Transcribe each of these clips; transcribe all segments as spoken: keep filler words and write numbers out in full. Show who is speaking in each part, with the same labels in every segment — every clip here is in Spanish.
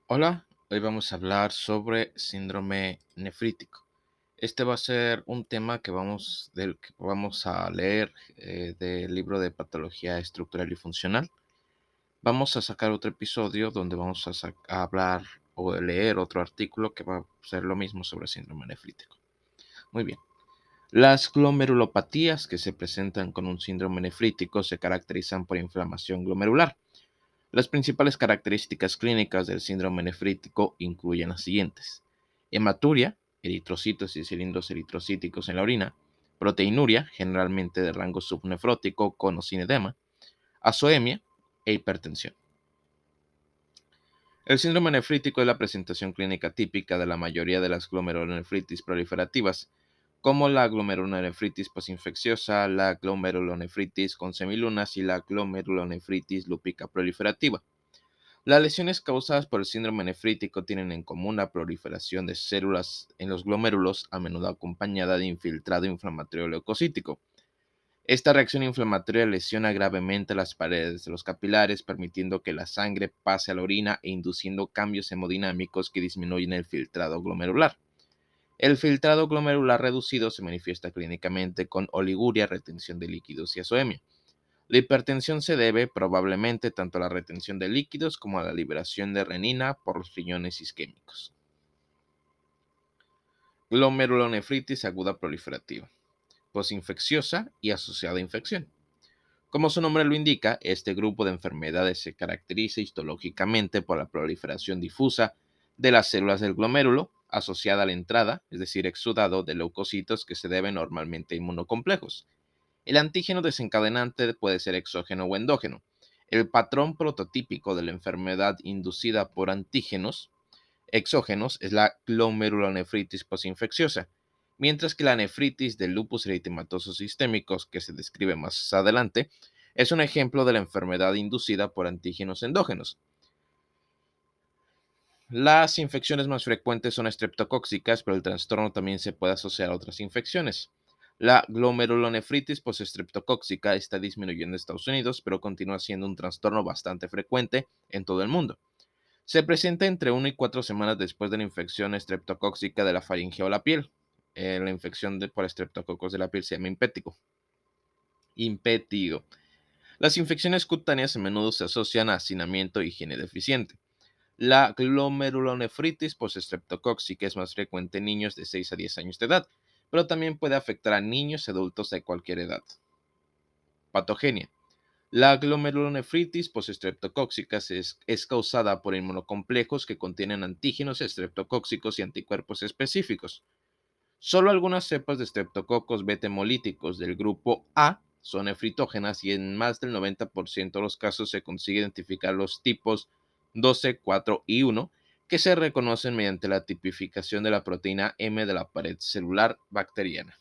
Speaker 1: Hola, hoy vamos a hablar sobre síndrome nefrítico. Este va a ser un tema que vamos, del que vamos a leer eh, del libro de Patología Estructural y Funcional. Vamos a sacar otro episodio donde vamos a, sac- a hablar o leer otro artículo que va a ser lo mismo sobre síndrome nefrítico. Muy bien. Las glomerulopatías que se presentan con un síndrome nefrítico se caracterizan por inflamación glomerular. Las principales características clínicas del síndrome nefrítico incluyen las siguientes: hematuria, eritrocitos y cilindros eritrocíticos en la orina; proteinuria, generalmente de rango subnefrótico con o sin edema; azoemia e hipertensión. El síndrome nefrítico es la presentación clínica típica de la mayoría de las glomerulonefritis proliferativas, como la glomerulonefritis posinfecciosa, la glomerulonefritis con semilunas y la glomerulonefritis lúpica proliferativa. Las lesiones causadas por el síndrome nefrítico tienen en común la proliferación de células en los glomérulos, a menudo acompañada de infiltrado inflamatorio leucocítico. Esta reacción inflamatoria lesiona gravemente las paredes de los capilares, permitiendo que la sangre pase a la orina e induciendo cambios hemodinámicos que disminuyen el filtrado glomerular. El filtrado glomerular reducido se manifiesta clínicamente con oliguria, retención de líquidos y azoemia. La hipertensión se debe probablemente tanto a la retención de líquidos como a la liberación de renina por los riñones isquémicos. Glomerulonefritis aguda proliferativa, posinfecciosa y asociada a infección. Como su nombre lo indica, este grupo de enfermedades se caracteriza histológicamente por la proliferación difusa de las células del glomérulo, asociada a la entrada, es decir, exudado de leucocitos que se deben normalmente a inmunocomplejos. El antígeno desencadenante puede ser exógeno o endógeno. El patrón prototípico de la enfermedad inducida por antígenos exógenos es la glomerulonefritis posinfecciosa, mientras que la nefritis del lupus eritematoso sistémicos, que se describe más adelante, es un ejemplo de la enfermedad inducida por antígenos endógenos. Las infecciones más frecuentes son estreptocóxicas, pero el trastorno también se puede asociar a otras infecciones. La glomerulonefritis postestreptocóxica está disminuyendo en Estados Unidos, pero continúa siendo un trastorno bastante frecuente en todo el mundo. Se presenta entre una y cuatro semanas después de la infección estreptocóxica de la faringe o la piel. Eh, la infección de, por estreptococos de la piel se llama impétigo. Impétigo. Las infecciones cutáneas a menudo se asocian a hacinamiento e higiene deficiente. La glomerulonefritis postestreptocóxica es más frecuente en niños de seis a diez años de edad, pero también puede afectar a niños y adultos de cualquier edad. Patogenia. La glomerulonefritis postestreptocóxica es, es causada por inmunocomplejos que contienen antígenos estreptocóxicos y anticuerpos específicos. Solo algunas cepas de estreptococos beta-hemolíticos del grupo A son nefritógenas y en más del noventa por ciento de los casos se consigue identificar los tipos doce, cuatro y uno, que se reconocen mediante la tipificación de la proteína M de la pared celular bacteriana.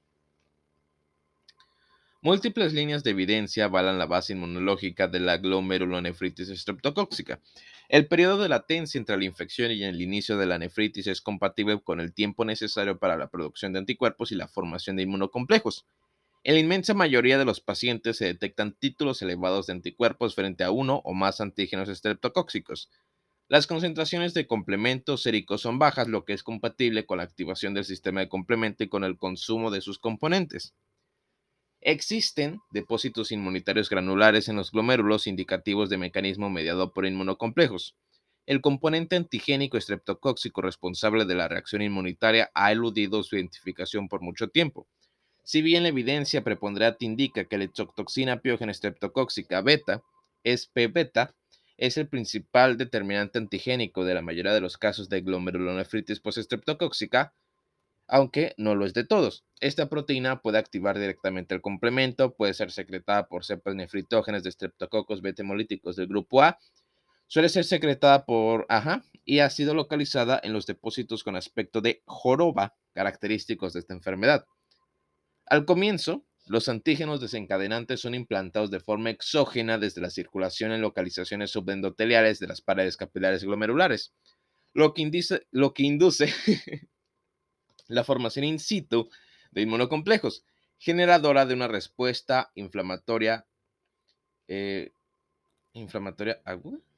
Speaker 1: Múltiples líneas de evidencia avalan la base inmunológica de la glomerulonefritis estreptocóxica. El periodo de latencia entre la infección y el inicio de la nefritis es compatible con el tiempo necesario para la producción de anticuerpos y la formación de inmunocomplejos. En la inmensa mayoría de los pacientes se detectan títulos elevados de anticuerpos frente a uno o más antígenos estreptocóxicos. Las concentraciones de complementos séricos son bajas, lo que es compatible con la activación del sistema de complemento y con el consumo de sus componentes. Existen depósitos inmunitarios granulares en los glomérulos indicativos de mecanismo mediado por inmunocomplejos. El componente antigénico estreptocóxico responsable de la reacción inmunitaria ha eludido su identificación por mucho tiempo. Si bien la evidencia preponderante indica que la exotoxina piógena estreptocóxica beta, es P beta, es el principal determinante antigénico de la mayoría de los casos de glomerulonefritis postestreptocóxica, aunque no lo es de todos. Esta proteína puede activar directamente el complemento, puede ser secretada por cepas nefritógenas de estreptococos beta-hemolíticos del grupo A, suele ser secretada por ajá, y ha sido localizada en los depósitos con aspecto de joroba característicos de esta enfermedad. Al comienzo, los antígenos desencadenantes son implantados de forma exógena desde la circulación en localizaciones subendoteliales de las paredes capilares glomerulares, lo que, indice, lo que induce la formación in situ de inmunocomplejos, generadora de una respuesta inflamatoria, eh, inflamatoria aguda.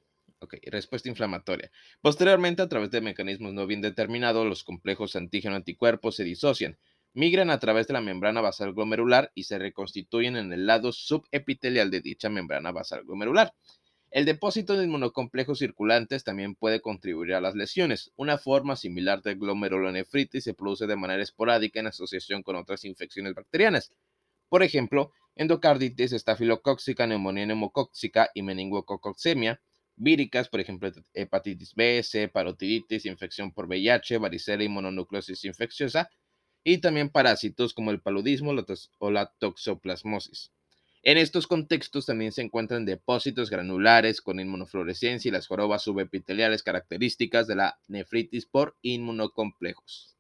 Speaker 1: Ok, respuesta inflamatoria. Posteriormente, a través de mecanismos no bien determinados, los complejos antígeno-anticuerpos se disocian, migran a través de la membrana basal glomerular y se reconstituyen en el lado subepitelial de dicha membrana basal glomerular. El depósito de inmunocomplejos circulantes también puede contribuir a las lesiones. Una forma similar de glomerulonefritis se produce de manera esporádica en asociación con otras infecciones bacterianas. Por ejemplo, endocarditis estafilocóxica, neumonía neumocóxica y meningococcemia, víricas, por ejemplo, hepatitis B, C, parotiditis, infección por V I H, varicela y mononucleosis infecciosa, y también parásitos como el paludismo o la toxoplasmosis. En estos contextos también se encuentran depósitos granulares con inmunofluorescencia y las jorobas subepiteliales características de la nefritis por inmunocomplejos.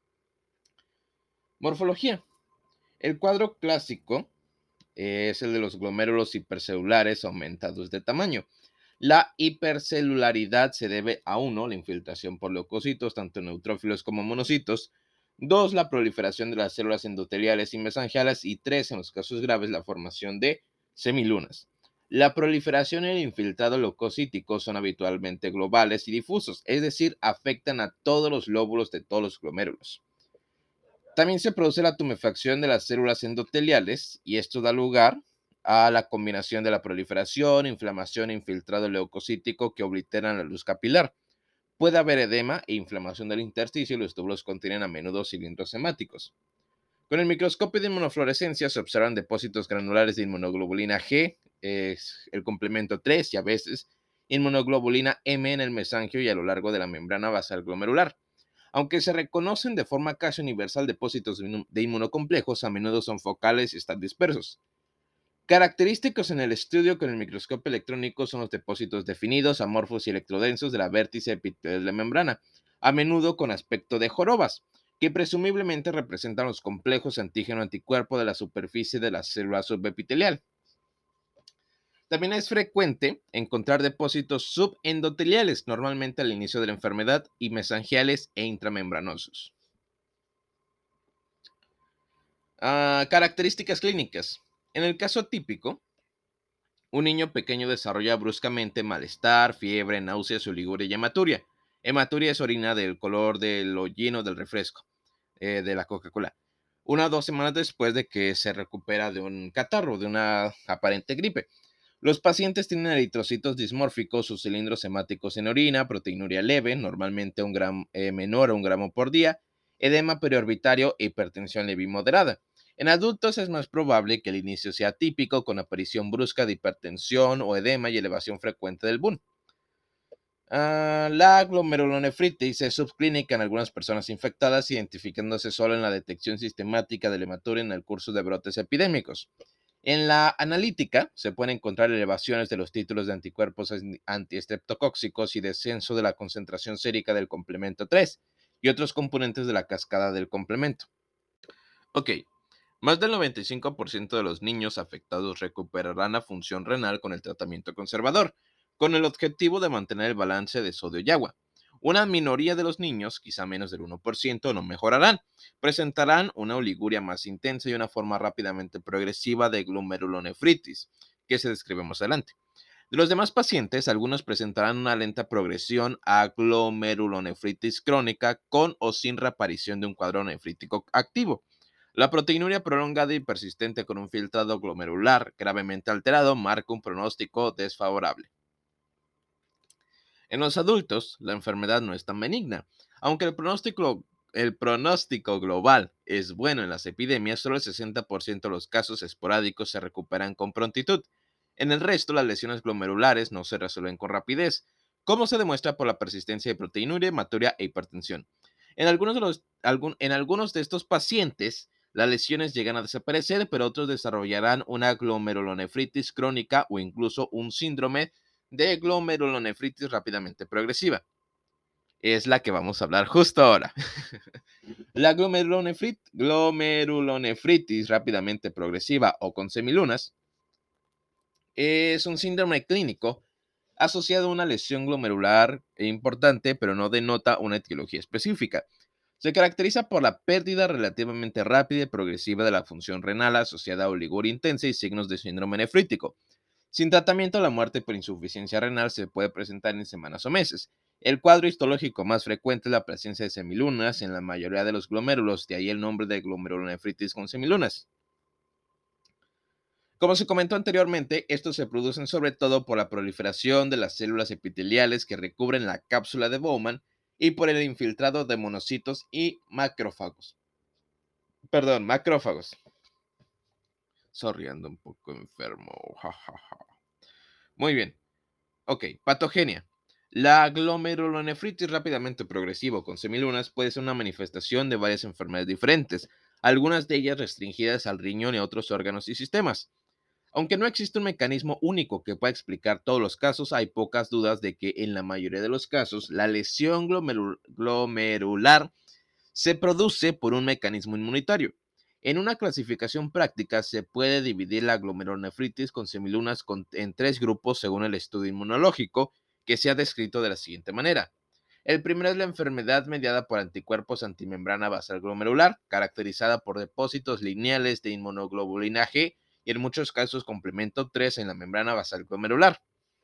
Speaker 1: Morfología. El cuadro clásico es el de los glomérulos hipercelulares aumentados de tamaño. La hipercelularidad se debe a uno, la infiltración por leucocitos, tanto neutrófilos como monocitos; dos, la proliferación de las células endoteliales y mesangiales; y tres, en los casos graves, la formación de semilunas. La proliferación y el infiltrado leucocítico son habitualmente globales y difusos, es decir, afectan a todos los lóbulos de todos los glomérulos. También se produce la tumefacción de las células endoteliales y esto da lugar a la combinación de la proliferación, inflamación e infiltrado leucocítico que obliteran la luz capilar. Puede haber edema e inflamación del intersticio y los túbulos contienen a menudo cilindros hemáticos. Con el microscopio de inmunofluorescencia se observan depósitos granulares de inmunoglobulina G, es el complemento tres, y a veces inmunoglobulina M en el mesangio y a lo largo de la membrana basal glomerular. Aunque se reconocen de forma casi universal depósitos de inmunocomplejos, a menudo son focales y están dispersos. Característicos en el estudio con el microscopio electrónico son los depósitos definidos, amorfos y electrodensos de la vértice epitelial de la membrana, a menudo con aspecto de jorobas, que presumiblemente representan los complejos antígeno-anticuerpo de la superficie de la célula subepitelial. También es frecuente encontrar depósitos subendoteliales, normalmente al inicio de la enfermedad, y mesangiales e intramembranosos. Uh, características clínicas. En el caso típico, un niño pequeño desarrolla bruscamente malestar, fiebre, náuseas, oliguria y hematuria. Hematuria es orina del color de lo lleno del refresco, eh, de la Coca-Cola. Una o dos semanas después de que se recupera de un catarro, de una aparente gripe. Los pacientes tienen eritrocitos dismórficos, sus cilindros hemáticos en orina, proteinuria leve, normalmente un gramo, eh, menor a un gramo por día, edema periorbitario e hipertensión leve y moderada. En adultos es más probable que el inicio sea típico, con aparición brusca de hipertensión o edema y elevación frecuente del B U N. Uh, la glomerulonefritis es subclínica en algunas personas infectadas, identificándose solo en la detección sistemática de la hematuria en el curso de brotes epidémicos. En la analítica se pueden encontrar elevaciones de los títulos de anticuerpos antiestreptocóxicos y descenso de la concentración sérica del complemento tres y otros componentes de la cascada del complemento. Ok, más del noventa y cinco por ciento de los niños afectados recuperarán la función renal con el tratamiento conservador, con el objetivo de mantener el balance de sodio y agua. Una minoría de los niños, quizá menos del uno por ciento, no mejorarán. Presentarán una oliguria más intensa y una forma rápidamente progresiva de glomerulonefritis, que se describe más adelante. De los demás pacientes, algunos presentarán una lenta progresión a glomerulonefritis crónica con o sin reaparición de un cuadro nefrítico activo. La proteinuria prolongada y persistente con un filtrado glomerular gravemente alterado marca un pronóstico desfavorable. En los adultos, la enfermedad no es tan benigna. Aunque el pronóstico, el pronóstico global es bueno en las epidemias, solo el sesenta por ciento de los casos esporádicos se recuperan con prontitud. En el resto, las lesiones glomerulares no se resuelven con rapidez, como se demuestra por la persistencia de proteinuria, hematuria e hipertensión. En algunos de, los, algún, en algunos de estos pacientes, las lesiones llegan a desaparecer, pero otros desarrollarán una glomerulonefritis crónica o incluso un síndrome de glomerulonefritis rápidamente progresiva. Es la que vamos a hablar justo ahora. La glomerulonefrit, glomerulonefritis rápidamente progresiva o con semilunas es un síndrome clínico asociado a una lesión glomerular importante, pero no denota una etiología específica. Se caracteriza por la pérdida relativamente rápida y progresiva de la función renal asociada a oliguria intensa y signos de síndrome nefrítico. Sin tratamiento, la muerte por insuficiencia renal se puede presentar en semanas o meses. El cuadro histológico más frecuente es la presencia de semilunas en la mayoría de los glomérulos, de ahí el nombre de glomerulonefritis con semilunas. Como se comentó anteriormente, estos se producen sobre todo por la proliferación de las células epiteliales que recubren la cápsula de Bowman y por el infiltrado de monocitos y macrófagos. Perdón, macrófagos. Sorry, ando un poco enfermo. Ja, ja, ja. Muy bien. Ok, patogenia. La glomerulonefritis rápidamente progresivo con semilunas puede ser una manifestación de varias enfermedades diferentes, algunas de ellas restringidas al riñón y a otros órganos y sistemas. Aunque no existe un mecanismo único que pueda explicar todos los casos, hay pocas dudas de que en la mayoría de los casos la lesión glomerul glomerular se produce por un mecanismo inmunitario. En una clasificación práctica se puede dividir la glomerulonefritis con semilunas con- en tres grupos según el estudio inmunológico, que se ha descrito de la siguiente manera. El primero es la enfermedad mediada por anticuerpos antimembrana basal glomerular, caracterizada por depósitos lineales de inmunoglobulina G y en muchos casos complemento tres en la membrana basal glomerular.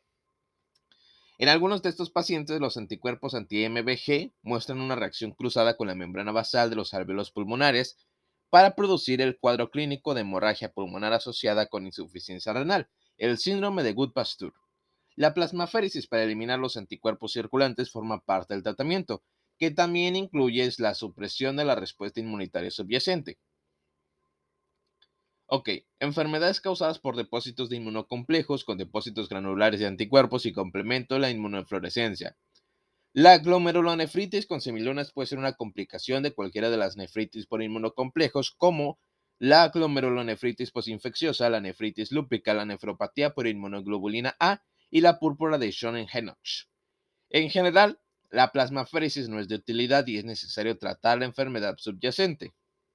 Speaker 1: En algunos de estos pacientes, los anticuerpos anti-M B G muestran una reacción cruzada con la membrana basal de los alvéolos pulmonares para producir el cuadro clínico de hemorragia pulmonar asociada con insuficiencia renal, el síndrome de Goodpasture. La plasmaféresis para eliminar los anticuerpos circulantes forma parte del tratamiento, que también incluye la supresión de la respuesta inmunitaria subyacente. Ok, enfermedades causadas por depósitos de inmunocomplejos con depósitos granulares de anticuerpos y complemento de la inmunofluorescencia. La glomerulonefritis con semilunas puede ser una complicación de cualquiera de las nefritis por inmunocomplejos, como la glomerulonefritis posinfecciosa, la nefritis lúpica, la nefropatía por inmunoglobulina A y la púrpura de Schoen-Henoch. En general, la plasmaféresis no es de utilidad y es necesario tratar la enfermedad subyacente.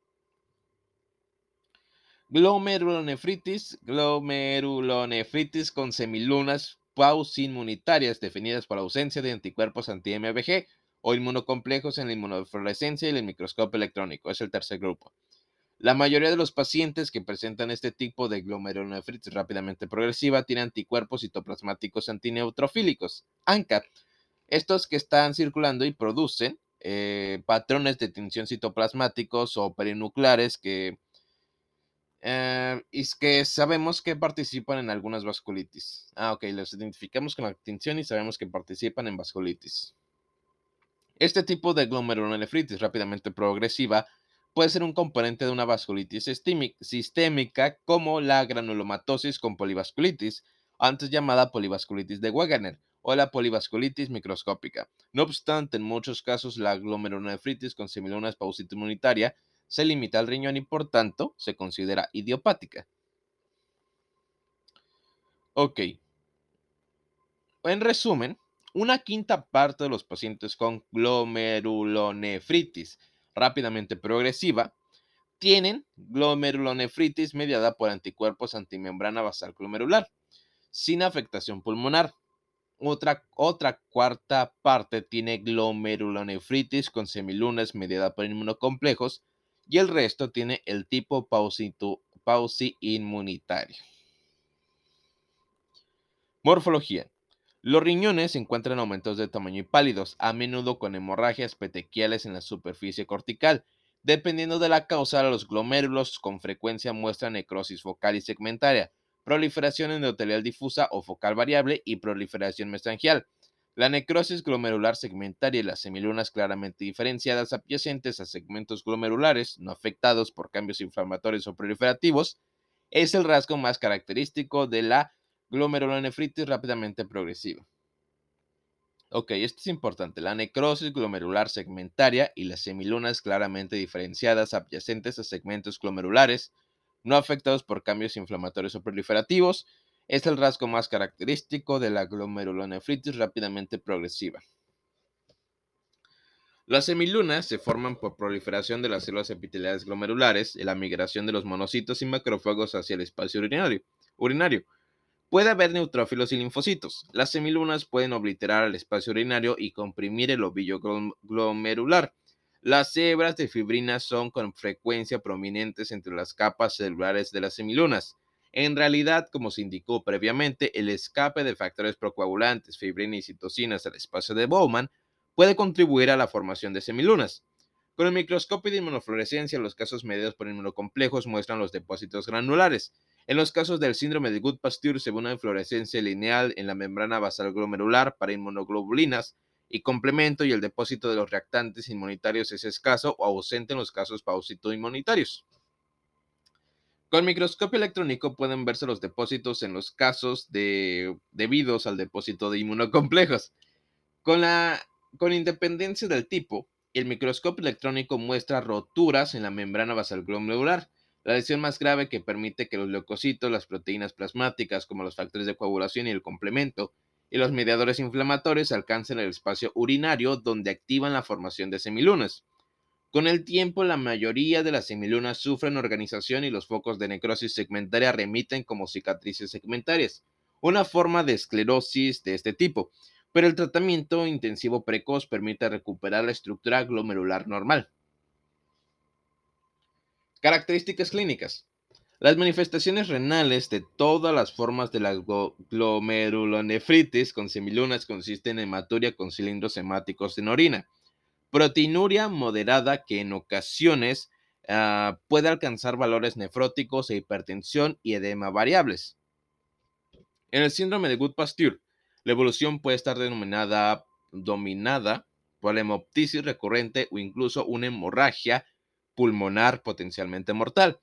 Speaker 1: Glomerulonefritis, glomerulonefritis con semilunas pausinmunitarias definidas por ausencia de anticuerpos anti-M B G o inmunocomplejos en la inmunofluorescencia y el microscopio electrónico. Es el tercer grupo. La mayoría de los pacientes que presentan este tipo de glomerulonefritis rápidamente progresiva tienen anticuerpos citoplasmáticos antineutrofílicos, ANCA, estos que están circulando y producen eh, patrones de tinción citoplasmáticos o perinucleares que eh, y es que sabemos que participan en algunas vasculitis. Ah, ok, los identificamos con la tinción y sabemos que participan en vasculitis. Este tipo de glomerulonefritis rápidamente progresiva puede ser un componente de una vasculitis sistémica como la granulomatosis con polivasculitis, antes llamada polivasculitis de Wegener, o la polivasculitis microscópica. No obstante, en muchos casos la glomerulonefritis con semilunas paucitoinmunitaria se limita al riñón y por tanto se considera idiopática. Ok, en resumen, una quinta parte de los pacientes con glomerulonefritis rápidamente progresiva tienen glomerulonefritis mediada por anticuerpos antimembrana basal glomerular, sin afectación pulmonar. Otra, otra cuarta parte tiene glomerulonefritis con semilunas mediada por inmunocomplejos y el resto tiene el tipo pauci inmunitario. Morfología. Los riñones se encuentran aumentados de tamaño y pálidos, a menudo con hemorragias petequiales en la superficie cortical. Dependiendo de la causa, los glomérulos con frecuencia muestran necrosis focal y segmentaria, proliferación endotelial difusa o focal variable y proliferación mesangial. La necrosis glomerular segmentaria y las semilunas claramente diferenciadas adyacentes a segmentos glomerulares no afectados por cambios inflamatorios o proliferativos es el rasgo más característico de la glomerulonefritis rápidamente progresiva. Ok, esto es importante. La necrosis glomerular segmentaria y las semilunas claramente diferenciadas adyacentes a segmentos glomerulares no afectados por cambios inflamatorios o proliferativos es el rasgo más característico de la glomerulonefritis rápidamente progresiva. Las semilunas se forman por proliferación de las células epiteliales glomerulares y la migración de los monocitos y macrófagos hacia el espacio urinario. urinario. Puede haber neutrófilos y linfocitos. Las semilunas pueden obliterar el espacio urinario y comprimir el ovillo glomerular. Las hebras de fibrina son con frecuencia prominentes entre las capas celulares de las semilunas. En realidad, como se indicó previamente, el escape de factores procoagulantes, fibrina y citocinas al espacio de Bowman puede contribuir a la formación de semilunas. Con el microscopio de inmunofluorescencia, los casos medidos por inmunocomplejos muestran los depósitos granulares. En los casos del síndrome de Gould-Pasteur se ve una inflorescencia lineal en la membrana basal glomerular para inmunoglobulinas y complemento, y el depósito de los reactantes inmunitarios es escaso o ausente en los casos paucitoinmunitarios. Con microscopio electrónico pueden verse los depósitos en los casos de, debidos al depósito de inmunocomplejos. Con, la, con independencia del tipo, el microscopio electrónico muestra roturas en la membrana basal glomerular, la lesión más grave que permite que los leucocitos, las proteínas plasmáticas como los factores de coagulación y el complemento, y los mediadores inflamatorios alcancen el espacio urinario donde activan la formación de semilunas. Con el tiempo, la mayoría de las semilunas sufren organización y los focos de necrosis segmentaria remiten como cicatrices segmentarias, una forma de esclerosis de este tipo, pero el tratamiento intensivo precoz permite recuperar la estructura glomerular normal. Características clínicas. Las manifestaciones renales de todas las formas de la glomerulonefritis con semilunas consisten en hematuria con cilindros hemáticos en orina, proteinuria moderada que en ocasiones uh, puede alcanzar valores nefróticos e hipertensión y edema variables. En el síndrome de Gould-Pasteur, la evolución puede estar denominada, dominada por la hemoptisis recurrente o incluso una hemorragia pulmonar potencialmente mortal.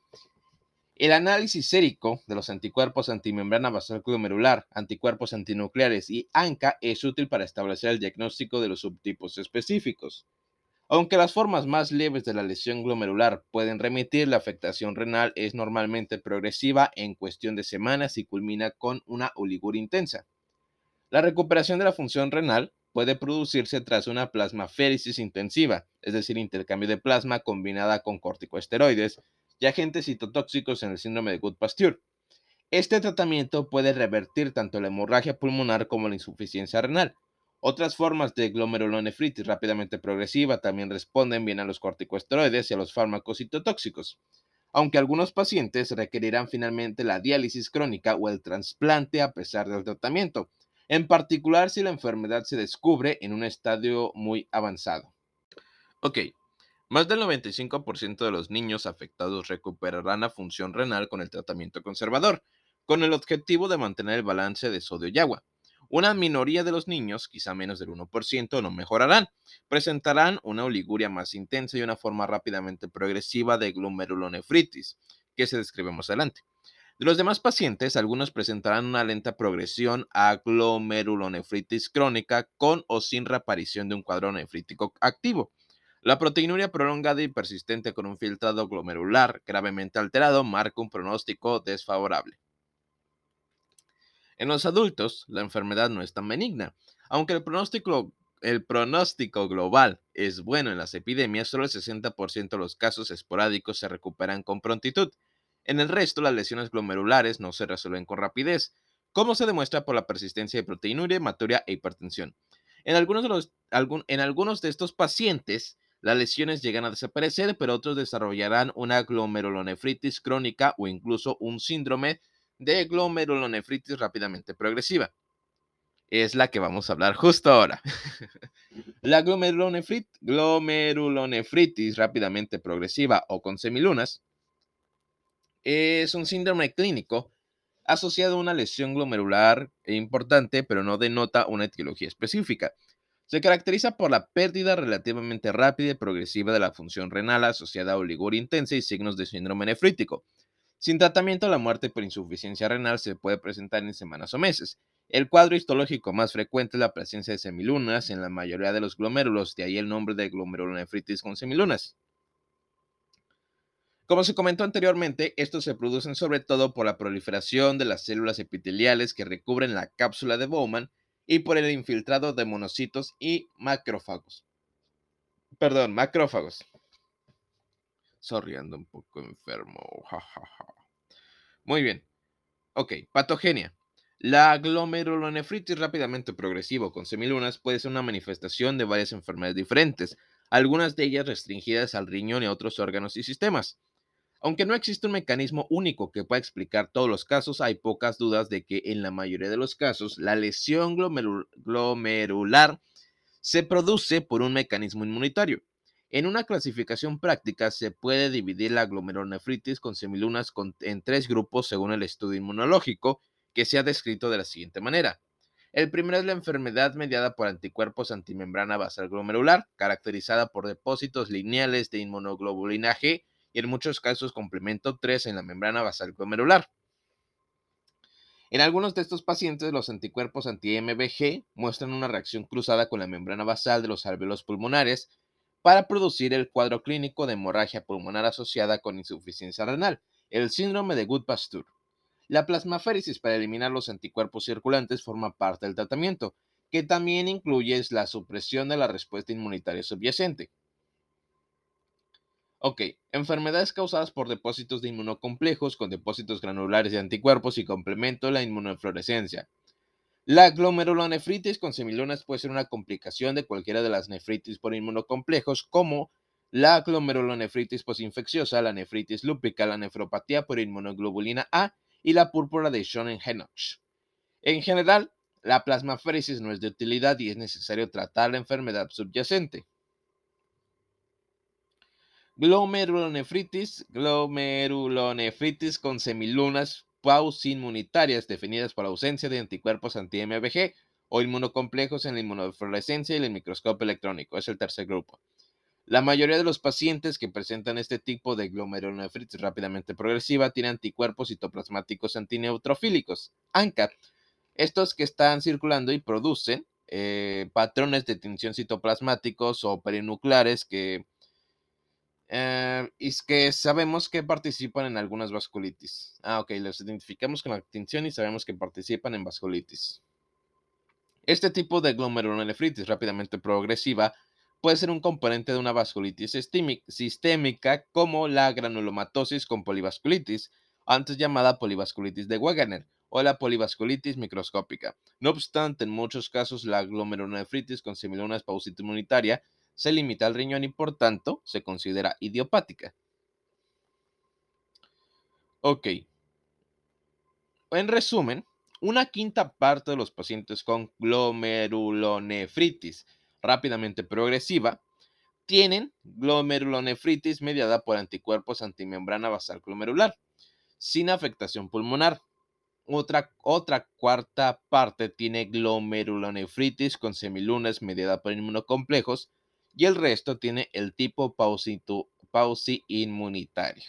Speaker 1: El análisis sérico de los anticuerpos antimembrana basal glomerular, anticuerpos antinucleares y ANCA es útil para establecer el diagnóstico de los subtipos específicos. Aunque las formas más leves de la lesión glomerular pueden remitir, la afectación renal es normalmente progresiva en cuestión de semanas y culmina con una oliguria intensa. La recuperación de la función renal puede producirse tras una plasmaféresis intensiva, es decir, intercambio de plasma combinada con corticosteroides y agentes citotóxicos en el síndrome de Gould-Pasteur. Este tratamiento puede revertir tanto la hemorragia pulmonar como la insuficiencia renal. Otras formas de glomerulonefritis rápidamente progresiva también responden bien a los corticosteroides y a los fármacos citotóxicos, aunque algunos pacientes requerirán finalmente la diálisis crónica o el trasplante a pesar del tratamiento, en particular si la enfermedad se descubre en un estadio muy avanzado. Ok, más del noventa y cinco por ciento de los niños afectados recuperarán la función renal con el tratamiento conservador, con el objetivo de mantener el balance de sodio y agua. Una minoría de los niños, quizá menos del uno por ciento, no mejorarán. Presentarán una oliguria más intensa y una forma rápidamente progresiva de glomerulonefritis, que se describe más adelante. De los demás pacientes, algunos presentarán una lenta progresión a glomerulonefritis crónica con o sin reaparición de un cuadro nefrítico activo. La proteinuria prolongada y persistente con un filtrado glomerular gravemente alterado marca un pronóstico desfavorable. En los adultos, la enfermedad no es tan benigna. Aunque el pronóstico, el pronóstico global es bueno en las epidemias, solo el sesenta por ciento de los casos esporádicos se recuperan con prontitud. En el resto, las lesiones glomerulares no se resuelven con rapidez, como se demuestra por la persistencia de proteinuria, hematuria e hipertensión. En algunos de, los, algún, en algunos de estos pacientes, las lesiones llegan a desaparecer, pero otros desarrollarán una glomerulonefritis crónica o incluso un síndrome de glomerulonefritis rápidamente progresiva. Es la que vamos a hablar justo ahora. La glomerulonefrit, glomerulonefritis rápidamente progresiva o con semilunas es un síndrome clínico asociado a una lesión glomerular importante, pero no denota una etiología específica. Se caracteriza por la pérdida relativamente rápida y progresiva de la función renal asociada a oliguria intensa y signos de síndrome nefrítico. Sin tratamiento, la muerte por insuficiencia renal se puede presentar en semanas o meses. El cuadro histológico más frecuente es la presencia de semilunas en la mayoría de los glomérulos, de ahí el nombre de glomerulonefritis con semilunas. Como se comentó anteriormente, estos se producen sobre todo por la proliferación de las células epiteliales que recubren la cápsula de Bowman y por el infiltrado de monocitos y macrófagos. Perdón, macrófagos. Sorry, ando un poco enfermo. Ja, ja, ja. Muy bien. Ok, patogenia. La glomerulonefritis rápidamente progresiva con semilunas puede ser una manifestación de varias enfermedades diferentes, algunas de ellas restringidas al riñón y a otros órganos y sistemas. Aunque no existe un mecanismo único que pueda explicar todos los casos, hay pocas dudas de que en la mayoría de los casos la lesión glomeru- glomerular se produce por un mecanismo inmunitario. En una clasificación práctica se puede dividir la glomerulonefritis con semilunas con- en tres grupos según el estudio inmunológico, que se ha descrito de la siguiente manera. El primero es la enfermedad mediada por anticuerpos antimembrana basal glomerular, caracterizada por depósitos lineales de inmunoglobulina G y en muchos casos complemento tres en la membrana basal glomerular. En algunos de estos pacientes, los anticuerpos anti-M B G muestran una reacción cruzada con la membrana basal de los alvéolos pulmonares para producir el cuadro clínico de hemorragia pulmonar asociada con insuficiencia renal, el síndrome de Goodpasture. La plasmaféresis para eliminar los anticuerpos circulantes forma parte del tratamiento, que también incluye la supresión de la respuesta inmunitaria subyacente. Ok, enfermedades causadas por depósitos de inmunocomplejos con depósitos granulares de anticuerpos y complemento de la inmunofluorescencia. La glomerulonefritis con semilunas puede ser una complicación de cualquiera de las nefritis por inmunocomplejos, como la glomerulonefritis posinfecciosa, la nefritis lúpica, la nefropatía por inmunoglobulina A y la púrpura de Schoen-Henoch. En general, la plasmaféresis no es de utilidad y es necesario tratar la enfermedad subyacente. Glomerulonefritis, glomerulonefritis con semilunas pausinmunitarias definidas por ausencia de anticuerpos anti-M B G o inmunocomplejos en la inmunofluorescencia y el microscopio electrónico. Es el tercer grupo. La mayoría de los pacientes que presentan este tipo de glomerulonefritis rápidamente progresiva tienen anticuerpos citoplasmáticos antineutrofílicos, ANCA, estos que están circulando y producen eh, patrones de tinción citoplasmáticos o perinucleares que eh, y que sabemos que participan en algunas vasculitis. Ah, ok, los identificamos con la tinción y sabemos que participan en vasculitis. Este tipo de glomerulonefritis rápidamente progresiva puede ser un componente de una vasculitis sistémica como la granulomatosis con polivasculitis, antes llamada polivasculitis de Wegener, o la polivasculitis microscópica. No obstante, en muchos casos la glomerulonefritis con semilunas paucitoinmunitaria se limita al riñón y por tanto se considera idiopática. Ok, en resumen, una quinta parte de los pacientes con glomerulonefritis rápidamente progresiva tienen glomerulonefritis mediada por anticuerpos antimembrana basal glomerular, sin afectación pulmonar. Otra, otra cuarta parte tiene glomerulonefritis con semilunas mediada por inmunocomplejos y el resto tiene el tipo pauci inmunitario.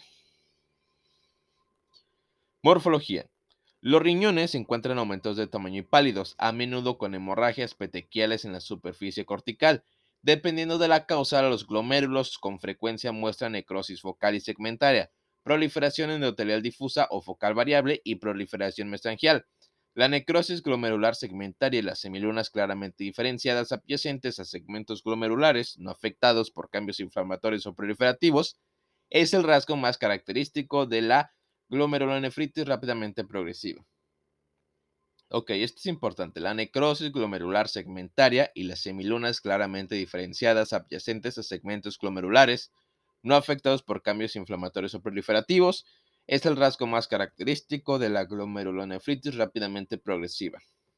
Speaker 1: Morfología. Los riñones se encuentran aumentados de tamaño y pálidos, a menudo con hemorragias petequiales en la superficie cortical. Dependiendo de la causa, los glomérulos con frecuencia muestran necrosis focal y segmentaria, proliferación endotelial difusa o focal variable y proliferación mesangial. La necrosis glomerular segmentaria y las semilunas claramente diferenciadas adyacentes a segmentos glomerulares no afectados por cambios inflamatorios o proliferativos es el rasgo más característico de la glomerulonefritis rápidamente progresiva. Ok, esto es importante. La necrosis glomerular segmentaria y las semilunas claramente diferenciadas adyacentes a segmentos glomerulares no afectados por cambios inflamatorios o proliferativos es el rasgo más característico de la glomerulonefritis rápidamente progresiva.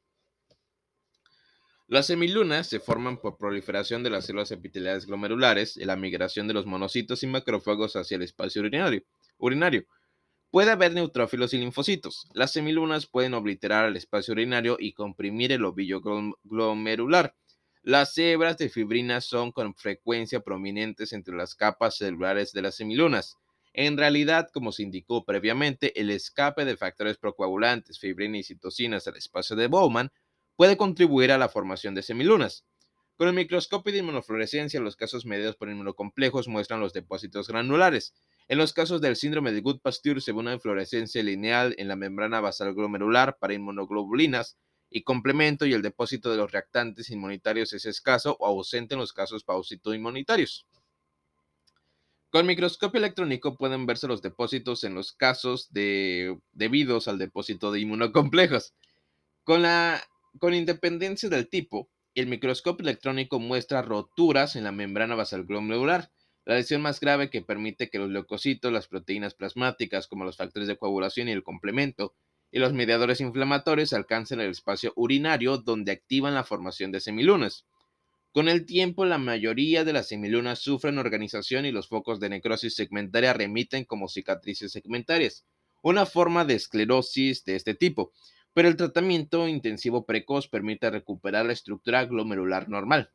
Speaker 1: Las semilunas se forman por proliferación de las células epiteliales glomerulares y la migración de los monocitos y macrófagos hacia el espacio urinario. urinario. Puede haber neutrófilos y linfocitos. Las semilunas pueden obliterar el espacio urinario y comprimir el ovillo glomerular. Las hebras de fibrina son con frecuencia prominentes entre las capas celulares de las semilunas. En realidad, como se indicó previamente, el escape de factores procoagulantes, fibrina y citocinas al espacio de Bowman puede contribuir a la formación de semilunas. Con el microscopio de inmunofluorescencia, los casos mediados por inmunocomplejos muestran los depósitos granulares. En los casos del síndrome de Goodpasture se ve una inflorescencia lineal en la membrana basal glomerular para inmunoglobulinas y complemento y el depósito de los reactantes inmunitarios es escaso o ausente en los casos paucitoinmunitarios. Con microscopio electrónico pueden verse los depósitos en los casos de, debidos al depósito de inmunocomplejos. Con, la, con independencia del tipo, el microscopio electrónico muestra roturas en la membrana basal glomerular. La lesión más grave que permite que los leucocitos, las proteínas plasmáticas como los factores de coagulación y el complemento, y los mediadores inflamatorios alcancen el espacio urinario donde activan la formación de semilunas. Con el tiempo, la mayoría de las semilunas sufren organización y los focos de necrosis segmentaria remiten como cicatrices segmentarias, una forma de esclerosis de este tipo, pero el tratamiento intensivo precoz permite recuperar la estructura glomerular normal.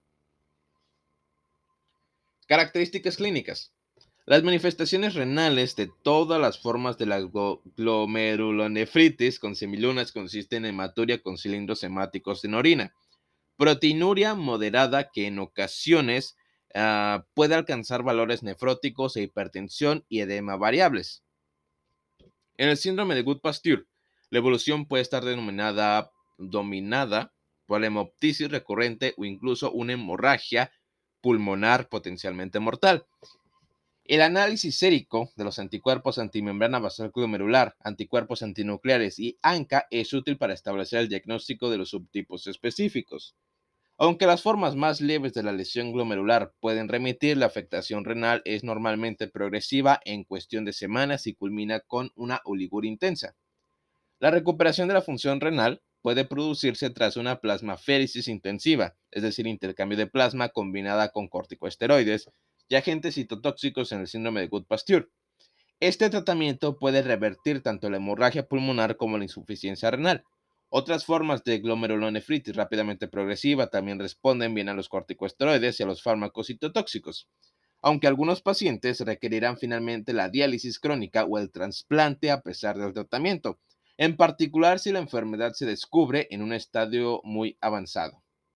Speaker 1: Características clínicas. Las manifestaciones renales de todas las formas de la glomerulonefritis con semilunas consisten en hematuria con cilindros hemáticos en orina, proteinuria moderada que en ocasiones uh, puede alcanzar valores nefróticos e hipertensión y edema variables. En el síndrome de Good-Pasteur, la evolución puede estar denominada, dominada por la hemoptisis recurrente o incluso una hemorragia pulmonar potencialmente mortal. El análisis sérico de los anticuerpos antimembrana basal glomerular, anticuerpos antinucleares y ANCA es útil para establecer el diagnóstico de los subtipos específicos. Aunque las formas más leves de la lesión glomerular pueden remitir, la afectación renal es normalmente progresiva en cuestión de semanas y culmina con una oliguria intensa. La recuperación de la función renal puede producirse tras una plasmaféresis intensiva, es decir, intercambio de plasma combinada con corticosteroides y agentes citotóxicos en el síndrome de Good-Pasteur. Este tratamiento puede revertir tanto la hemorragia pulmonar como la insuficiencia renal. Otras formas de glomerulonefritis rápidamente progresiva también responden bien a los corticosteroides y a los fármacos citotóxicos, aunque algunos pacientes requerirán finalmente la diálisis crónica o el trasplante a pesar del tratamiento, en particular si la enfermedad se descubre en un estadio muy avanzado.